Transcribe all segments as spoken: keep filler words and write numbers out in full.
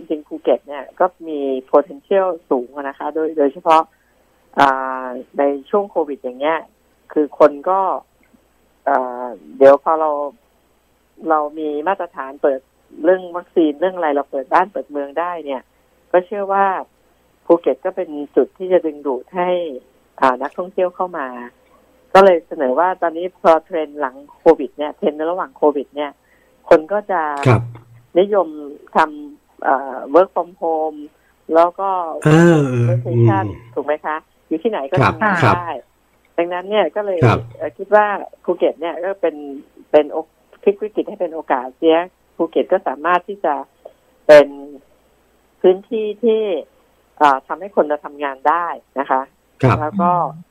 ริงๆภูเก็ตเนี่ยก็มี potential สูงนะคะโดยโดยเฉพาะในช่วงโควิดอย่างเงี้ยคือคนก็เดี๋ยวพอเราเรามีมาตรฐานเปิดเรื่องวัคซีนเรื่องอะไรเราเปิดบ้านเปิดเมืองได้เนี่ยก็เชื่อว่าภูเก็ตก็เป็นจุดที่จะดึงดูดให้นักท่องเที่ยวเข้ามาก็เลยเสนอว่าตอนนี้พอเทรนด์หลังโควิดเนี่ยเทรนด์ในระหว่างโควิดเนี่ยคนก็จะนิยมทำ work from home แล้วก็ workstation ถูกไหมคะอยู่ที่ไหนก็ทำงานได้ดังนั้นเนี่ยก็เลยคิดว่าภูเก็ตเนี่ยก็เป็นเป็นพลิกวิกฤตให้เป็นโอกาสเสียภูเก็ตก็สามารถที่จะเป็นพื้นที่ที่ทำให้คนมาทำงานได้นะคะแล้วก็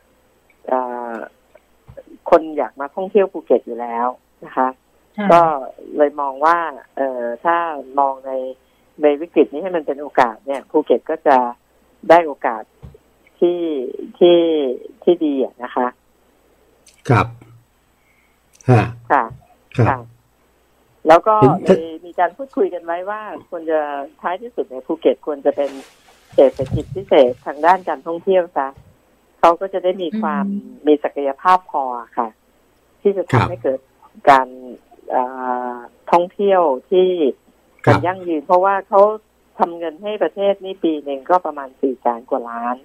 คนอยากมาท่องเที่ยวภูเก็ตอยู่แล้วนะคะก็เลยมองว่าเอ่อถ้ามองในในวิกฤตนี้ให้มันเป็นโอกาสเนี่ยภูเก็ตก็จะได้โอกาสที่ที่ที่ดีนะคะครับฮะค่ะค่ะแล้วก็มีการพูดคุยกันไว้ว่าควรจะท้ายที่สุดในภูเก็ตควรจะเป็นเขตเศรษฐกิจพิเศษทางด้านการท่องเที่ยวซะเขาก็จะได้มีความมีศักยภาพพอค่ะที่จะทำให้เกิดการท่องเที่ยวที่มันยั่งยืนเพราะว่าเขาทำเงินให้ประเทศนี่ปีหนึ่งก็ประมาณสี่แสนกว่าล้าน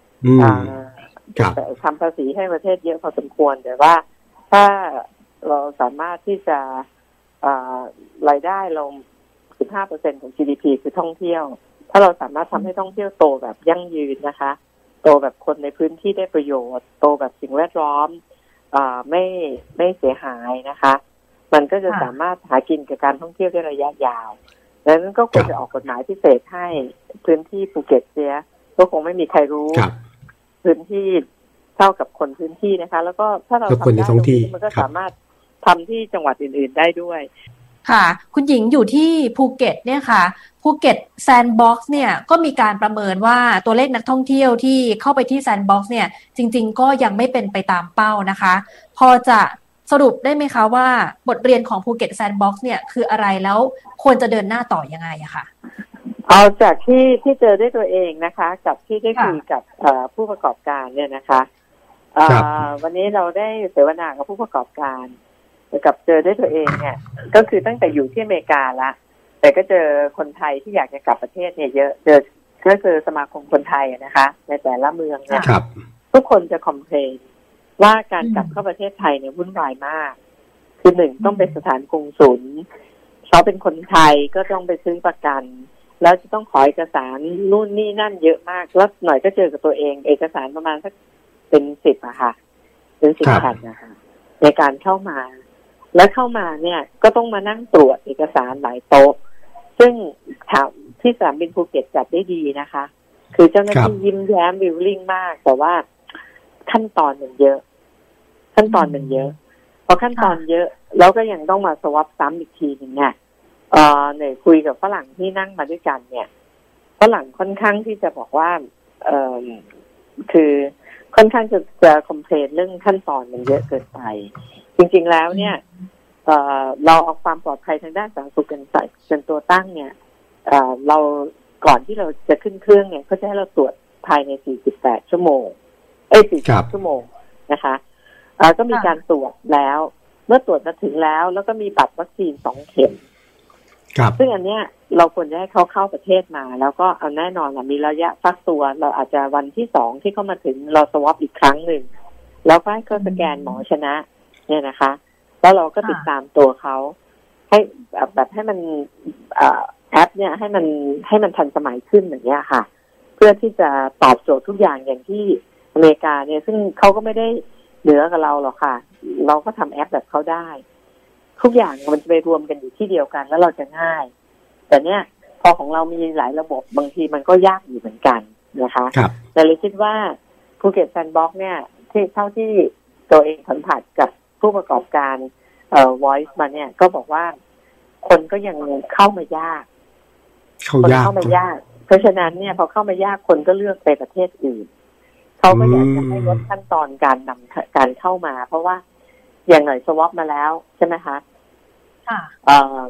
แต่ทำภาษีให้ประเทศเยอะพอสมควรแต่ว่าถ้าเราสามารถที่จะรายได้ลง สิบห้าเปอร์เซ็นต์ ของ จี ดี พี คือท่องเที่ยวถ้าเราสามารถทำให้ท่องเที่ยวโตแบบยั่งยืนนะคะโตแบบคนในพื้นที่ได้ประโยชน์โตแบบสิ่งแวดล้อมไม่ไม่เสียหายนะคะมันก็จะสามารถหากินกับการท่องเที่ยวได้ระยะยาวดังนั้นก็ควรจะออกกฎหมายพิเศษให้พื้นที่ภูเก็ตเสียก็คงไม่มีใครรู้พื้นที่เท่ากับคนพื้นที่นะคะแล้วก็ถ้าเราทำได้ตรงนี้มันก็สามารถทำที่จังหวัดอื่นๆได้ด้วยค่ะคุณหญิงอยู่ที่ภูเก็ตเนี่ยค่ะภูเก็ตแซนด์บ็อกซ์เนี่ยก็มีการประเมินว่าตัวเลขนักท่องเที่ยวที่เข้าไปที่แซนด์บ็อกซ์เนี่ยจริงๆก็ยังไม่เป็นไปตามเป้านะคะพอจะสรุปได้ไหมคะว่าบทเรียนของภูเก็ตแซนด์บ็อกซ์เนี่ยคืออะไรแล้วควรจะเดินหน้าต่อยังไงอะค่ะเอาจากที่ที่เจอด้วยตัวเองนะคะกับที่ได้คุยกับผู้ประกอบการเนี่ยนะคะวันนี้เราได้เสวนากับผู้ประกอบการกับเจอด้วยตัวเองเนี่ยก็คือตั้งแต่อยู่ที่อเมริกาละแต่ก็เจอคนไทยที่อยากจะกลับประเทศเนี่ยเยอะเจอก็คือสมาคมคนไทยนะคะในแต่ละเมืองเนี่ยทุกคนจะคอมเพลนว่าการกลับเข้าประเทศไทยเนี่ยวุ่นวายมากคือหนึ่งต้องเป็นสถานกงสุลเขาเป็นคนไทยก็ต้องไปซื้อประกันแล้วจะต้องขอเอกสารนู่นนี่นั่นเยอะมากแล้วหน่อยก็เจอกับตัวเองเอกสารประมาณสักเป็นสิบอะค่ะเป็นสิบแผ่นนะคะในการเข้ามาแล้วเข้ามาเนี่ยก็ต้องมานั่งตรวจเอกสารหลายโต๊ะซึ่งถามที่สนามบินภูเก็ตจัดได้ดีนะคะคือเจ้าหน้าที่ยิ้มแย้มวิลลิ่งมากแต่ว่าขั้นตอนมันเยอะขั้นตอนมันเยอะพอขั้นตอนเยอะแล้วก็ยังต้องมาสวอปซ้ำอีกทีนึงเนี่ยเอ่อเนี่ยคุยกับฝรั่งที่นั่งมาด้วยกันเนี่ยฝรั่งค่อนข้างที่จะบอกว่าเอ่อคือค่อนข้างจะจะคอมเพลนเรื่องขั้นตอนมันเยอะเกินไปจริงๆแล้วเนี่ย เอ่อเราเอาความปลอดภัยทางด้านสาธารณสุขกันใส่เป็นตัวตั้งเนี่ยเอ่อเราก่อนที่เราจะขึ้นเครื่องเนี่ยเขาจะให้เราตรวจภายในสี่สิบแปดชั่วโมงเอ้ยสี่สิบชั่วโมงนะคะเอ่อก็มีการตรวจแล้วเมื่อตรวจมาถึงแล้วแล้วก็มีบัตรวัคซีนสองเข็มซึ่งอันเนี้ยเราควรจะให้เขาเข้าประเทศมาแล้วก็เอาแน่นอนล่ะมีระยะฟักตัวเราอาจจะวันที่สองที่เขามาถึงเราสวอปอีกครั้งหนึ่งแล้วก็ให้เขาสแกนหมอชนะเนี่ยนะคะแล้วเราก็ติดตามตัวเขาให้แบบให้มันแอปเนี่ยให้มันให้มันทันสมัยขึ้นอย่างเงี้ยค่ะเพื่อที่จะตอบโจทย์ทุกอย่างอย่างที่อเมริกาเนี่ยซึ่งเขาก็ไม่ได้เหนือกับเราหรอกค่ะเราก็ทำแอปแบบเขาได้ทุกอย่างมันจะไปรวมกันอยู่ที่เดียวกันแล้วเราจะง่ายแต่เนี้ยพอของเรามีหลายระบบบางทีมันก็ยากอยู่เหมือนกันนะคะแต่เลยคิดว่าภูเก็ตแซนด์บ็อกซ์เนี่ยที่เท่าที่ตัวเองสัมผัสกับผู้ประกอบการเอ่อ voice มาเนี่ยก็บอกว่าคนก็ยังเข้ามายากคนเข้ามายากเพราะฉะนั้นเนี่ยพอเข้ามายากคนก็เลือกไปประเทศอื่นเขาก็อยากจะให้ลดขั้นตอนการนำการเข้ามาเพราะว่าอย่างหน่อยสวอปมาแล้วใช่ไหมคะค่ะเอ่อ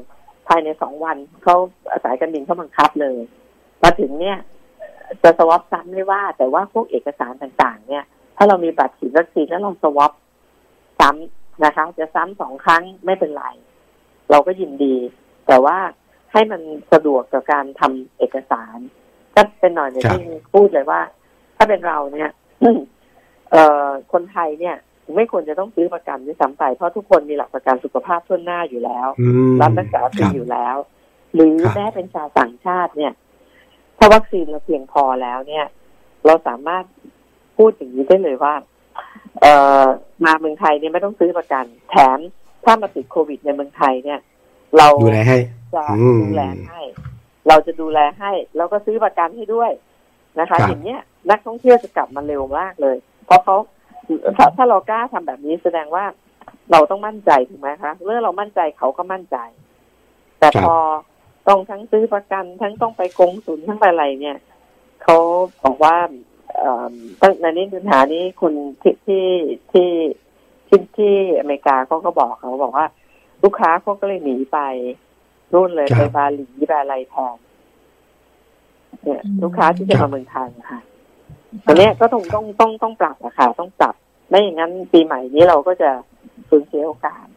ภายในสองวันเขาสายการบินเขาบังคับเลยมาถึงเนี่ยจะสวอปซ้ำไม่ว่าแต่ว่าพวกเอกสารต่างๆเนี่ยถ้าเรามีบัตรฉีดวัคซีนแล้วเราสวอปซ้ำนะคะจะซ้ำสองครั้งไม่เป็นไรเราก็ยินดีแต่ว่าให้มันสะดวกต่อการทำเอกสารก็เป็นหน่อยในที่พูดเลยว่าถ้าเป็นเราเนี่ยเอ่อคนไทยเนี่ยไม่ควรจะต้องซื้อประกันด้วยซ้ำไปเพราะทุกคนมีหลักประกันสุขภาพทั่วหน้าอยู่แล้วรับรักษาฟรีอยู่แล้วหรือแม้เป็นชาวต่างชาติเนี่ยถ้าวัคซีนเราเพียงพอแล้วเนี่ยเราสามารถพูดอย่างนี้ได้เลยว่าเอ่อมาเมืองไทยเนี่ยไม่ต้องซื้อประกันแถมถ้ามาติดโควิดในเมืองไทยเนี่ยเราดูแลให้จะดูแลให้เราจะดูแลให้แล้วก็ซื้อประกันให้ด้วยนะคะอย่างเนี้ยนักท่องเที่ยวจะกลับมาเร็วมากเลยเพราะเขาถ้าถ้าเรากล้าทำแบบนี้แสดงว่าเราต้องมั่นใจถูกไหมคะเมื่อเรามั่นใจเขาก็มั่นใจแต่พอต้องทั้งซื้อประกันทั้งต้องไปกงสุลทั้งไปอะไรเนี่ยเขาบอกว่าตั้งในนี้ปัญหานี้คุณที่ที่ที่ที่ที่อเมริกาเขาก็บอกเขาบอกว่าลูกค้าเขาก็เลยหนีไปรุ่นเลยไปบาหลีไปอะไรแทนเนี่ยลูกค้าที่จะมาเมืองไทยค่ะตอนนี้ก็ต้องต้องต้องต้องปรับอะค่ะต้องปรับไม่อย่างนั้นปีใหม่นี้เราก็จะสูญเสียโอกาส